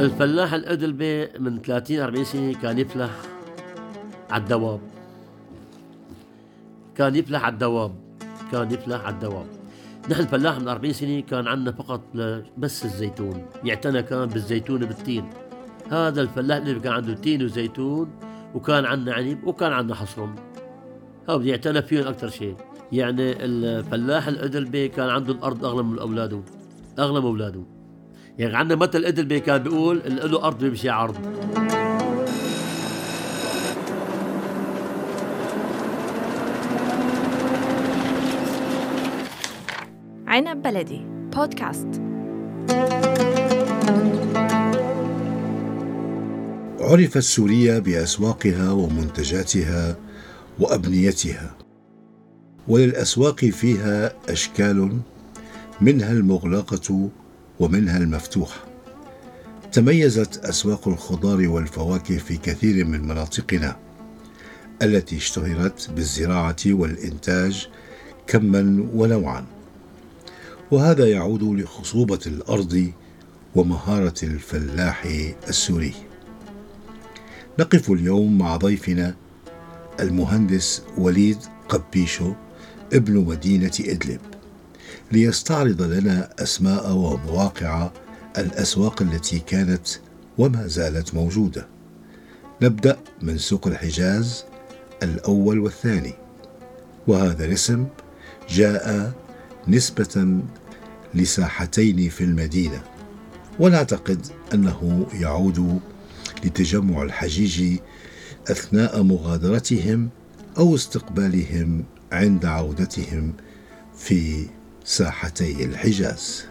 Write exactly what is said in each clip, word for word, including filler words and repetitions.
الفلاح الأدلبي من ثلاثين أربعين سنة كان يفلح على الدواب كان يفلح على الدواب كان يفلح على الدواب نحن الفلاح من أربعين سنة كان عندنا فقط بس الزيتون، يعتنى كان بالزيتون وبالتين. هذا الفلاح اللي كان عنده تين وزيتون، وكان عندنا عنب، وكان عندنا حصرم. هذا يعتنى فيهم أكثر شيء. يعني الفلاح الأدلبي كان عنده الأرض أغلى من أولاده، أغلى من أولاده. يعني عندنا مثل الأدلبي كان بيقول اللي له أرض بيمشي عرض. عنب بلدي بودكاست. عرفت سوريا بأسواقها ومنتجاتها وأبنيتها، وللأسواق فيها أشكال، منها المغلقة ومنها المفتوحة. تميزت أسواق الخضار والفواكه في كثير من مناطقنا التي اشتهرت بالزراعة والإنتاج كماً ونوعاً، وهذا يعود لخصوبة الأرض ومهارة الفلاح السوري. نقف اليوم مع ضيفنا المهندس وليد قبيشو ابن مدينة إدلب ليستعرض لنا أسماء ومواقع الأسواق التي كانت وما زالت موجودة. نبدأ من سوق الحجاز الأول والثاني، وهذا الاسم جاء نسبة لساحتين في المدينة، ونعتقد أنه يعود لتجمع الحجيج أثناء مغادرتهم أو استقبالهم عند عودتهم في ساحتي الحجاز.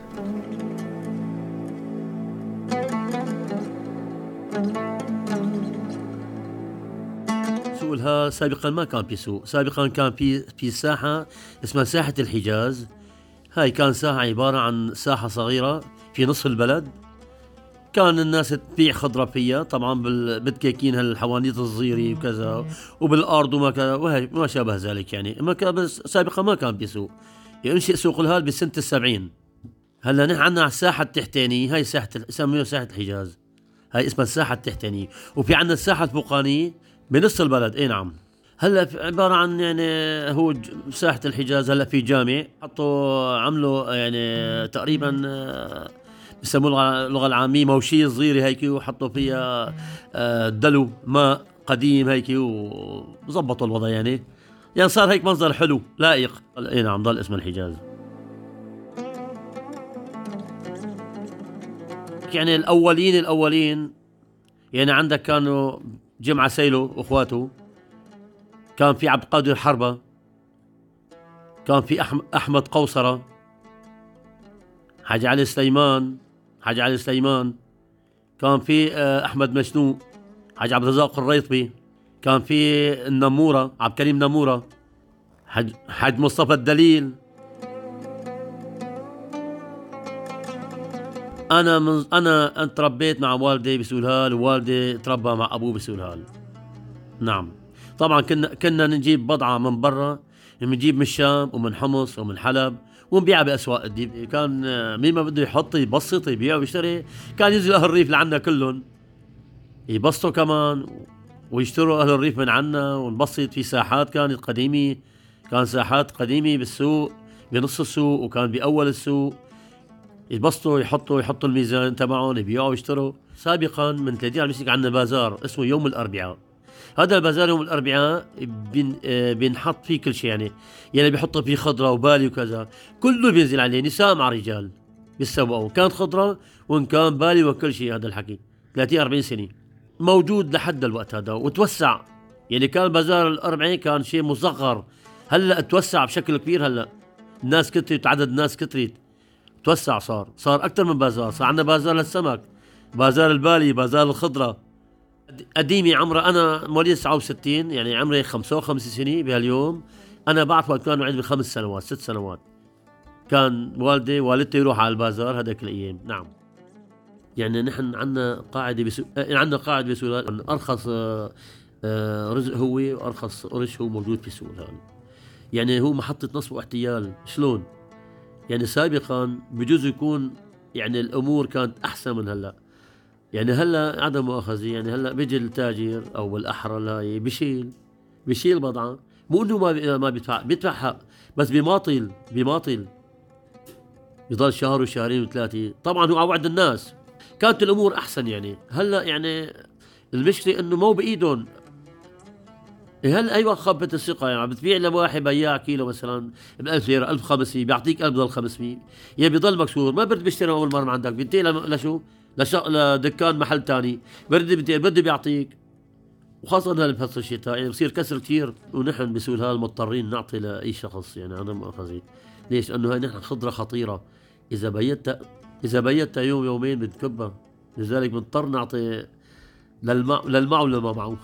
سوقها سابقا ما كان في سوق، سابقا كان في في ساحة اسمها ساحة الحجاز. هاي كان ساحة عبارة عن ساحة صغيرة في نصف البلد، كان الناس تبيع خضرة فيها، طبعا بالدكاكين هالحوانيت الصغيرة وكذا، وبالأرض وما كذا وما شابه ذلك. يعني ما كان، بس سابقا ما كان في سوق. ينشئ سوق الهال بسنة السبعين. هلا نحن عندنا الساحة التحتانية، هاي ساحة سميوها ساحة الحجاز، هاي اسمها الساحة التحتانية. وفي عندنا الساحة الفوقانية بنص البلد. اي نعم. هلا عبارة عن يعني هو ساحة الحجاز. هلا في جامع حطوا عملوا يعني تقريبا بسموه اللغة العامية موشية صغيرة هيك، وحطوا فيها دلو ماء قديم هيك، وظبطوا الوضع. يعني يعني صار هيك منظر حلو لائق. اي نعم، ضل اسم الحجاز. يعني الأولين الأولين يعني عندك كانوا جمعة سيلو واخواته، كان في عبد القادر حربة، كان في أحمد قوصرة، حاج علي سليمان حاج علي سليمان كان في أحمد مشنوق، حاج عبد الرزاق الريطبي، كان في النمورة عبد الكريم نمورة، حاج حاج مصطفى الدليل. أنا من أنا تربيت مع والدي بسوق الهال، ووالدي تربى مع أبوه بسوق الهال. نعم. طبعا كنا كنا نجيب بضعة من برا، نجيب من الشام ومن حمص ومن حلب ونبيعها بأسواق الديب. كان مين ما بده يحط يبسط يبيع ويشتري، كان ينزل أهل الريف لعنا كلهم يبسطوا كمان ويشتروا أهل الريف من عنا ونبسط. في ساحات كانت قديمة، كان ساحات قديمة بالسوق بنص السوق، وكان بأول السوق يبسطوا يحطوا يحطوا الميزان تبعهم يبيعوا ويشتروا. سابقا من ثلاثين عام عندنا بازار اسمه يوم الأربعاء. هذا البازار يوم الأربعاء بين بينحط فيه كل شيء، يعني يعني بيحطوا فيه خضرة وبالي وكذا، كله بينزل عليه، نساء مع رجال بيسوقوا، كان خضرة وإن كان بالي وكل شيء. هذا الحكي ثلاثين أربعين سنة موجود لحد الوقت هذا، وتوسع. يعني كان بازار الأربعين كان شيء مصغر، هلا توسع بشكل كبير. هلا الناس كترت، عدد الناس كترت، توسع، صار صار أكثر من بازار. صار عندنا بازار للسمك، بازار البالي، بازار الخضرة. قديمي عمره، أنا مواليد تسعة وستين، يعني عمري خمسة وخمسين سنة بهاليوم. أنا بعرف وقت كانوا عندي بخمس سنوات ست سنوات كان والدي والدتي يروح على البازار هذاك الأيام. نعم. يعني نحن عندنا قاعدة بسو... عندنا قاعدة بسوق أرخص رزق هو وأرخص قرش هو موجود في سوق الهال. يعني هو محطة نصب واحتيال. شلون؟ يعني سابقا بجوز يكون يعني الأمور كانت أحسن من هلأ. يعني هلا عدم مؤاخذة، يعني هلا بيجي التاجر او الاحرى هاي بشيل بشيل بضعة، مو انه ما ما بيدفع، بيدفع حق بس بيماطل بيماطل يضل شهر وشهرين وثلاثة. طبعا هو عوعد الناس، كانت الامور احسن. يعني هلا يعني المشكلة انه مو بايدهم. إيه هلا ايوه خبت الثقة، يعني عم بتبيع لواحد بياع كيلو مثلا ب ألف ليرة ألف وخمسمية، بيعطيك ألف بضل خمسمية، يا بيضل مكسور، ما برد بيشتري اول مرة من عندك، بينتقل لشو لش... لدكان محل تاني، برد بينتقل برد بيعطيك. وخاصة هلا بفصل الشتاء يعني بصير كسر كثير، ونحن بسهول هال مضطرين نعطي لأي شخص يعني عدم مؤاخذة. ليش؟ لأنه هاي نحن خضرة خطيرة، إذا بيتها إذا بيتها يوم يومين بتكبها، لذلك بنضطر نعطي للمع للمع ولما معه.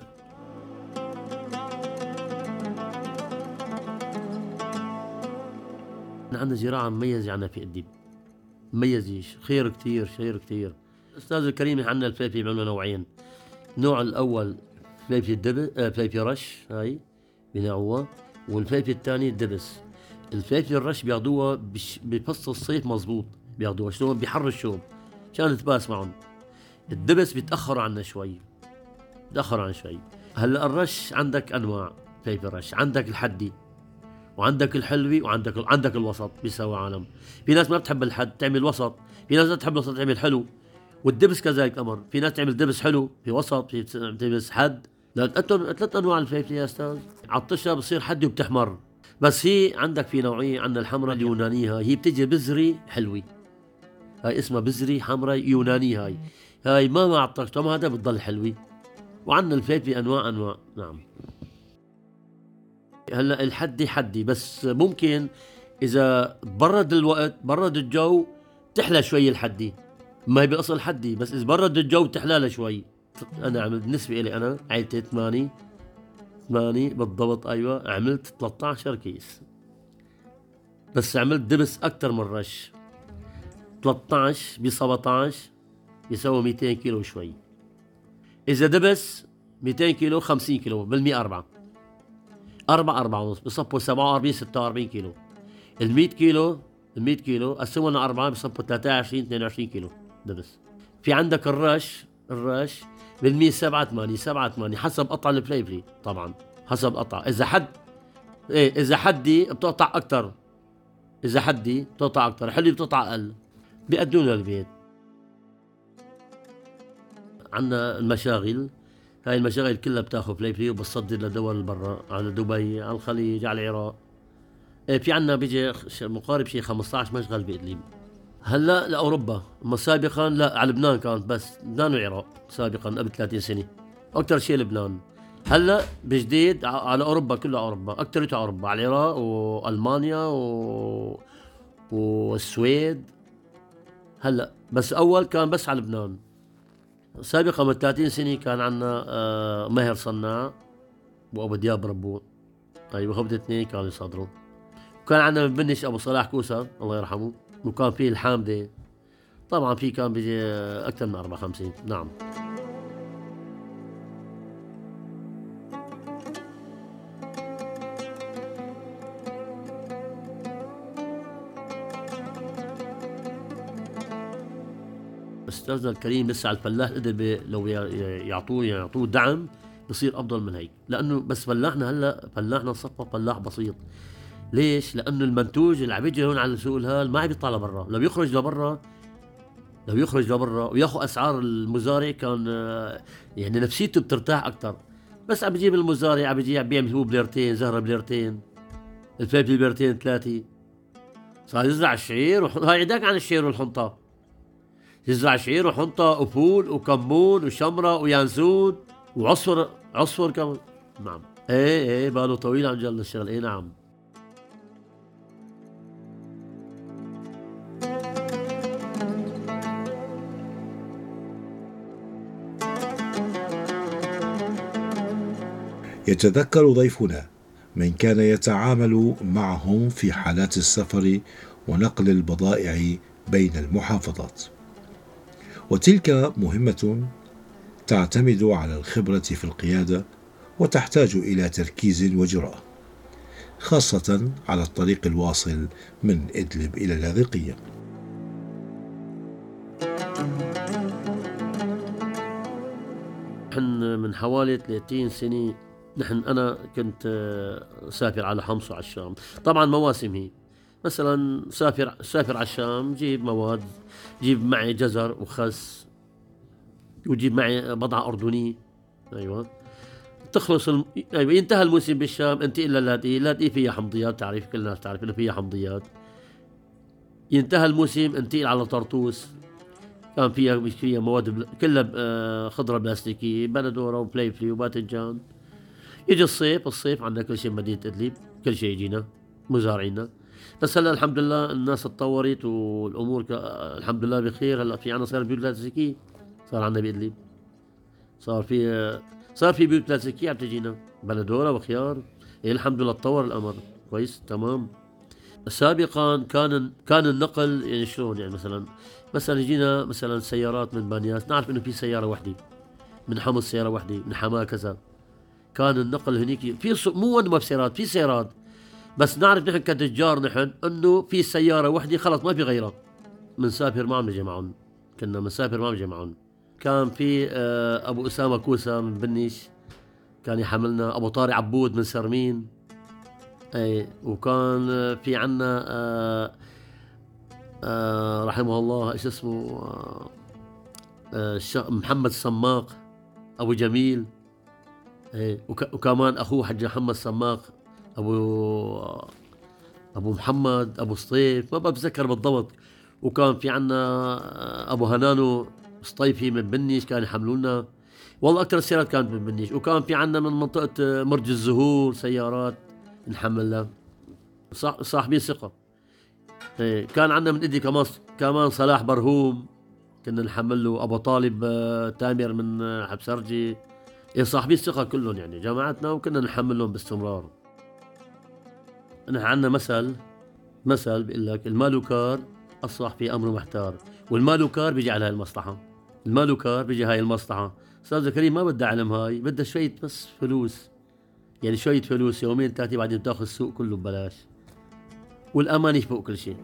عندنا زراعة مميزة عنا في إدلب، مميزة خير كتير خير كتير. أستاذ الكريم عندنا الفلفل عندنا نوعين، النوع الأول فلفل الدبس آه فلفل رش هاي بنوعوها، والفلفل الثاني الدبس. الفلفل الرش بياخدوها بش... بفصل الصيف مزبوط، بياخدوها شلون بحر الشوب عشان تباس معهم. الدبس بيتأخروا عنا شوي، بيتأخروا عنا شوي. هلا الرش عندك أنواع فلفل رش، عندك الحدي وعندك الحلوي وعندك عندك الوسط بيساوي عالم. في ناس ما بتحب الحد تعمل وسط، في ناس بتحب الوسط تعمل حلو، والدبس كذلك امر، في ناس تعمل دبس حلو في وسط، في دبس حد. ثلاث انواع الفلفل يا استاذ، عطشها بصير حدي وبتحمر. بس هي عندك في نوعيه، عندنا الحمراء اليونانيه، هي بتجي بذري حلوه، هاي اسمها بذري حمراء يونانيه، هاي هاي ما ما عطشتها ما هذا بتضل حلوه. وعندنا الفلفل انواع انواع. نعم. هلا الحدي حدي، بس ممكن اذا برد الوقت برد الجو تحلى شوي الحدي، ما هي بالاصل حدي، بس اذا برد الجو تحلى شوي. انا عملت بالنسبه لي انا عيلتي ثمانية ثمانية بالضبط، ايوه عملت ثلاثة عشر كيس، بس عملت دبس اكثر من رش. ثلاثة عشر ب سبعة عشر يساوي مئتين كيلو شوي. اذا دبس مئتين كيلو خمسين كيلو بالمئة أربعة أربعة أربعة ونص بصفوا سبعة وأربعين ستة وأربعين كيلو. المئة كيلو المئة كيلو قسموا لنا أربعة بصفوا ثلاثة وعشرين اثنين وعشرين كيلو دبس. في عندك الرش الرش بالمئة سبعة ثمانية سبعة ثمانية حسب قطع الفليفلي، طبعا حسب قطع. إذا حد إيه إذا حدي بتقطع أكتر، إذا حدي بتقطع أكتر، حلي بتقطع أقل، بيقدموا للبيت. عندنا المشاغل، هاي المشاغل كلها بتاخذ فليفلي وبتصدر لدول برا، على دبي على الخليج على العراق. إيه في عنا بيجي مقارب شيء خمسة عشر مشغل بإدلب. هلا لاوروبا، اما سابقا لا على لبنان كانت بس، لبنان والعراق سابقا قبل ثلاثين سنه اكثر شيء لبنان. هلا بجديد على اوروبا كلها، اوروبا اكثرتها اوروبا، على العراق والمانيا و... والسويد. هلا بس اول كان بس على لبنان. سابقا من ثلاثين سنه كان عندنا آه ماهر صناع وابو دياب ربو، طيب هو اثنين كانوا يصدروا. وكان عندنا من بنش ابو صلاح كوسه الله يرحمه، وكان فيه الحامدة، طبعا في كان بيجي أكثر من أربعة خمسين. نعم. أستاذنا الكريم لسه على الفلاح قدر لو يعطوه يعطوه دعم بصير أفضل من هيك، لأنه بس فلاحنا هلا فلاحنا صفى فلاح بسيط. ليش؟ لأنه المنتوج اللي عم يجي هون على سوق الهال ما عم يطلع لبرا، لو يخرج لبرا لو يخرج لبرا وياخذ اسعار المزارع كان يعني نفسيته بترتاح اكثر. بس عم بيجيب المزارع، عم بيجي عم بيعمل هو بليرتين زهره بليرتين، الفلفل بليرتين ثلاثه، صار يزرع الشعير وح... هاي عداك عن الشعير والحنطه، يزرع شعير وحنطه وفول وكمون وشمره ويانسون وعصفر عصفر كمان. نعم. ايه ايه باله طويل عم جل الشغل. ايه نعم. يتذكر ضيفنا من كان يتعامل معهم في حالات السفر ونقل البضائع بين المحافظات، وتلك مهمة تعتمد على الخبرة في القيادة وتحتاج إلى تركيز وجرأة، خاصة على الطريق الواصل من إدلب إلى اللاذقية. نحن من حوالي ثلاثين سنة نحن أنا كنت سافر على حمص وعلى الشام. طبعا مواسم هي مثلا سافر سافر على الشام، جيب مواد، جيب معي جزر وخس، وجيب معي بضعة أردنية. أيوة تخلص الم... أيوة ينتهى الموسم بالشام، انت إلا لاذقية لاذقية فيها حمضيات، تعرف كل الناس تعرف إنه فيها حمضيات. ينتهى الموسم انتقل على طرطوس، كان فيها مش فيها مواد بل... كلها آه خضرة بلاستيكية، بندورة وبلايفلي وباذنجان. يجي الصيف، الصيف عندنا كل شيء مدينة إدلب، كل شيء يجينا مزارعينا. بس هلا الحمد لله الناس اتطورت والامور ك... الحمد لله بخير. هلا في عنا صار بيوت بلاستيكية، صار عنا بإدلب، صار في صار في بيوت بلاستيكية عم تجينا، بندورة وخيار. إيه الحمد لله تطور الأمر كويس تمام. سابقا كان كان النقل يعني شلون، يعني مثلا مثلا يجينا مثلا سيارات من بانياس، نعرف انه في سيارة وحدة من حمص، سيارة وحدة من حماة كذا. كان النقل هنيك في ص... مو وين ما في سيارات، في سيارات، بس نعرف نحن كتجار نحن انه في سيارة وحدة خلص ما في غيرها. منسافر ما عم نجي معهم، كنا منسافر ما عم نجي معهم. كان في آه ابو اسامة كوسة من بنيش كان يحملنا، ابو طارق عبود من سرمين. اي وكان في عنا آه آه رحمه الله ايش اسمه آه آه محمد الصماق ابو جميل. اي وك وكمان اخوه حج محمد الصماق ابو ابو محمد ابو سطيف، ما بتذكر بالضبط. وكان في عنا ابو هنانو سطيفي من بنيش كان يحملونا، والله اكثر السيارات كانت من بنيش. وكان في عنا من منطقه مرج الزهور سيارات نحملها، صح صاحبين ثقه. ايه كان عندنا من إدي كمان كمان صلاح برهوم كنا نحمل له، ابو طالب آه تامر من آه حبسرجي. ايه صاحبين ثقه كلهم يعني جماعتنا، وكنا نحمل لهم باستمرار. نحن عندنا مثل مثل بيقول لك المالوكار اصلح في امره محتار، والمالوكار بيجي على هاي المصلحه، المالوكار بيجي هاي المصلحه. استاذ زكريا ما بدها علم، هاي بدها شويه بس فلوس، يعني شويه فلوس يومين ثلاثه بعدين بتاخذ السوق كله ببلاش، والأمانة فوق كل شيء.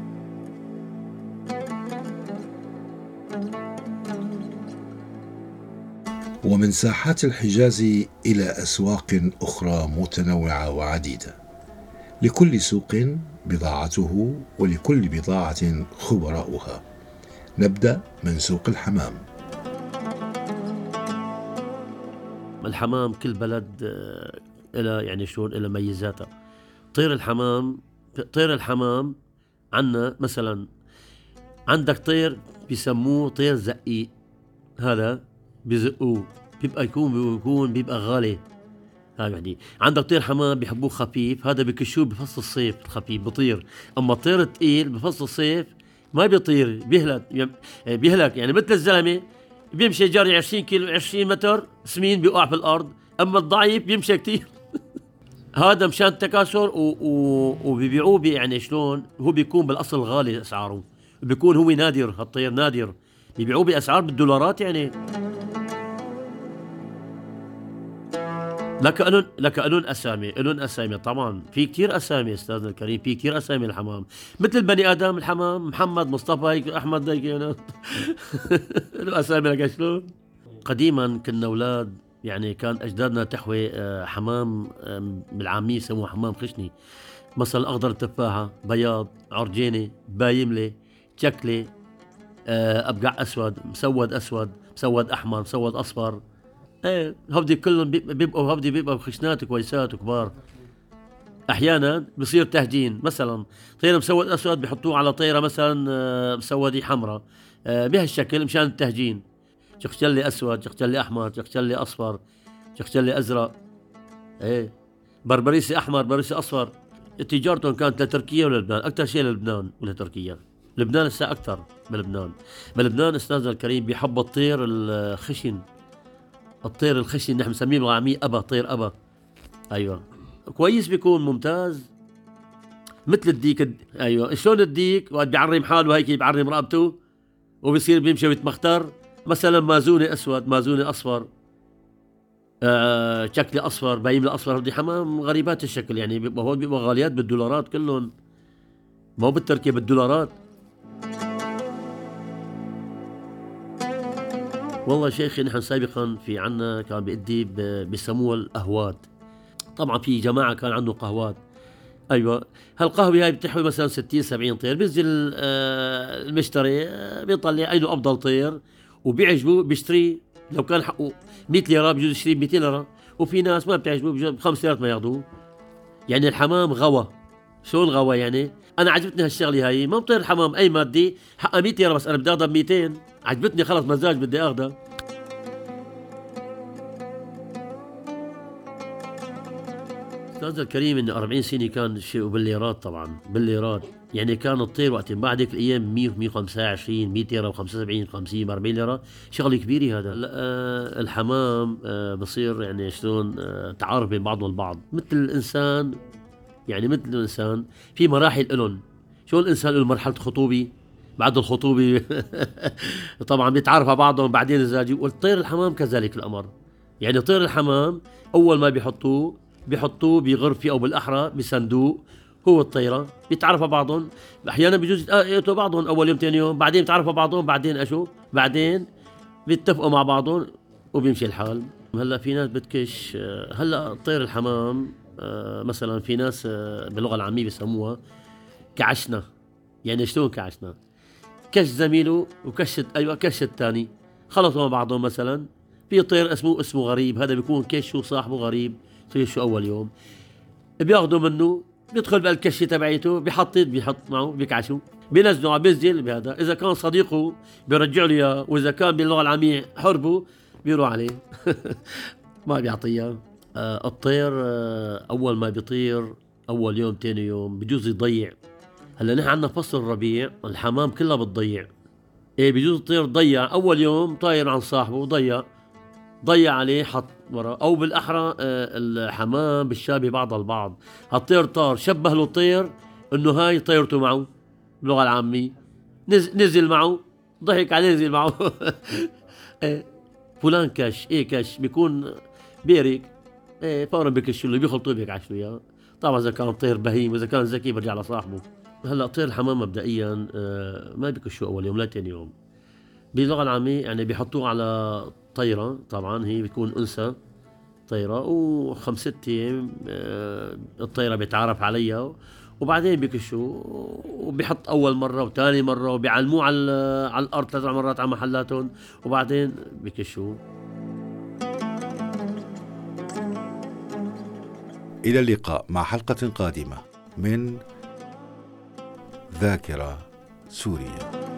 ومن ساحات الحجاز إلى أسواق أخرى متنوعة وعديدة، لكل سوق بضاعته ولكل بضاعة خبراؤها. نبدأ من سوق الحمام. الحمام كل بلد إلى يعني شلون إلى ميزاتها. طير الحمام طير الحمام عنا مثلا عندك طير بيسموه طير زقيق، هذا بيزقوه بيبقى يكون بيكون بيبقى غالي. هاي وحدي. عندك طير حمام بيحبوه خفيف، هذا بكشوه بفصل الصيف الخفيف بطير. اما الطير الثقيل بفصل الصيف ما بيطير، بيهلك بيهلك يعني مثل الزلمه بيمشي جاري عشرين كيلو عشرين متر سمين بيقع في الارض، اما الضعيف بيمشي كتير. هذا مشان التكاثر وبيبيعوه يعني شلون، هو بيكون بالاصل غالي اسعاره، بيكون هو نادر، هالطير نادر، بيبيعوه باسعار بالدولارات يعني. لك لون لك لون اسامي لون اسامي طبعا في كثير اسامي استاذنا الكريم، في كثير اسامي الحمام مثل البني ادم. الحمام محمد مصطفى هيك احمد هيك يعني له اسامي لك شلون. قديما كنا اولاد يعني كان اجدادنا تحوي حمام بالعاميه يسموه حمام خشني، مثلا اخضر التفاحه، بياض، عرجينه، بايمله، شكله، ابقع اسود، مسود اسود، مسود احمر، مسود اصفر. ايه هودي كلهم بيبقوا هودي بيبقوا خشنات كويسات وكبار. احيانا بصير تهجين، مثلا طيره مسود اسود بيحطوه على طيره مثلا مسودي حمراء بهالشكل مشان التهجين. شخشلي اسود، شخشلي احمر، شخشلي اصفر، شخشلي ازرق، ايه بربريسي احمر، بربريسي اصفر. تجارتهم كانت لتركيا ولبنان، اكثر شيء للبنان ولا تركيا. لبنان هسه اكثر بلبنان. بلبنان استاذنا الكريم بيحب الطير الخشن، الطير الخشن نحن بنسميه بالعامية أبا، طير أبا. أيوة كويس بيكون ممتاز مثل الديك. أيوة شلون الديك وقت بيعرم حاله هيك بيعرم رقبته وبيصير بيمشي ويتمختر. مثلا مازوني أسود، مازوني أصفر، آه شكلي أصفر، بايملة أصفر. هذي حمام غريبات الشكل يعني، بيبقى هون بيبقى غاليات بالدولارات كلهم، ما هو بالتركيا بالدولارات. والله شيخي نحن سابقا في عنا كان بإدي بسموها الأهوات. طبعا في جماعة كان عنده قهوات. أيوة، هالقهوة هاي بتحوي مثلا ستين سبعين طير. بينزل آه المشتري آه بيطلع أينه أفضل طير وبيعجبه بيشتري. لو كان حقه مئة ليرة بيجوز يشتري مئتين ليرة. وفي ناس ما بتعجبه بيجوز بخمس ليرات ما ياخذوه. يعني الحمام غوى. شو الغوى يعني؟ أنا عجبتني هالشغلة هاي. ما بطير الحمام أي مادة حقها مئة ليرة بس أنا بدي أخذها بمئتين. عجبتني خلص مزاج بدي أخذها. أستاذ الكريم إن أربعين سنة كان شيء بالليرات طبعا بالليرات. يعني كان الطير وقت بعد هيك الأيام مية ومية وخمسة وعشرين مئة ليرة وخمسة وسبعين خمسين أربعين ليرة شغل كبير هذا. آه الحمام آه بصير يعني شلون آه تعارف بين بعضهم البعض مثل الإنسان. يعني مثل الإنسان في مراحل إلهم. شو الإنسان له مرحلة خطوبة بعد الخطوبة طبعا بيتعارف على بعضهم بعدين الزواج. والطير الحمام كذلك الأمر. يعني طير الحمام أول ما بيحطوه بيحطوه بغرفة أو بالأحرى بصندوق هو الطيرة بيتعرفوا بعضهم. أحيانا بيجوز يقتلوا بعضهم أول يوم تاني يوم بعدين بيتعرفوا بعضهم بعدين أشو بعدين بيتفقوا مع بعضهم وبيمشي الحال. هلا في ناس بتكش. هلا طير الحمام مثلا في ناس باللغة العامية بيسموها كعشنا. يعني شلون كعشنا؟ كش زميله وكش أيوة كش الثاني خلطوا مع بعضهم. مثلا في طير اسمه اسمه غريب. هذا بيكون كش وصاحبه غريب شو أول يوم بياخدوا منه بيدخل بالكشة تبعيته بيحط بيحط معه بيكعشوا بينزلوا بينزل بهذا. إذا كان صديقه بيرجع له إياه وإذا كان باللغة العامية حربه بيروح عليه ما بيعطيه. آه الطير آه أول ما بيطير أول يوم تاني يوم بيجوز يضيع. هلا نحن عندنا فصل الربيع الحمام كلها بتضيع. إيه بيجوز الطير ضيع أول يوم طاير عن صاحبه وضيع ضيع عليه حط ورا. او بالاحرى الحمام بالشابه بعض البعض. هالطير طار شبه له الطير انه هاي طيرته معه باللغه العاميه نزل, نزل معه ضحك عليه نزل معه إيه فلان كش ايه كش بيكون بيرك ايه فورا بكش له بيخلطوه بيكعش له اياه. طبعا اذا كان طير بهيم واذا كان ذكي برجع لصاحبه. هلا طير الحمام مبدئيا ما بيكشوا اول يوم لا ثاني يوم. باللغه العاميه يعني بيحطوه على طيرة. طبعا هي بتكون أنثى طيرة وخمسة أيام الطيرة بيتعرف عليها وبعدين بيكشوا وبيحط أول مرة وثاني مرة وبيعلموه على على الأرض ثلاث مرات على محلاتهم وبعدين بيكشوا. إلى اللقاء مع حلقة قادمة من ذاكرة سوريا.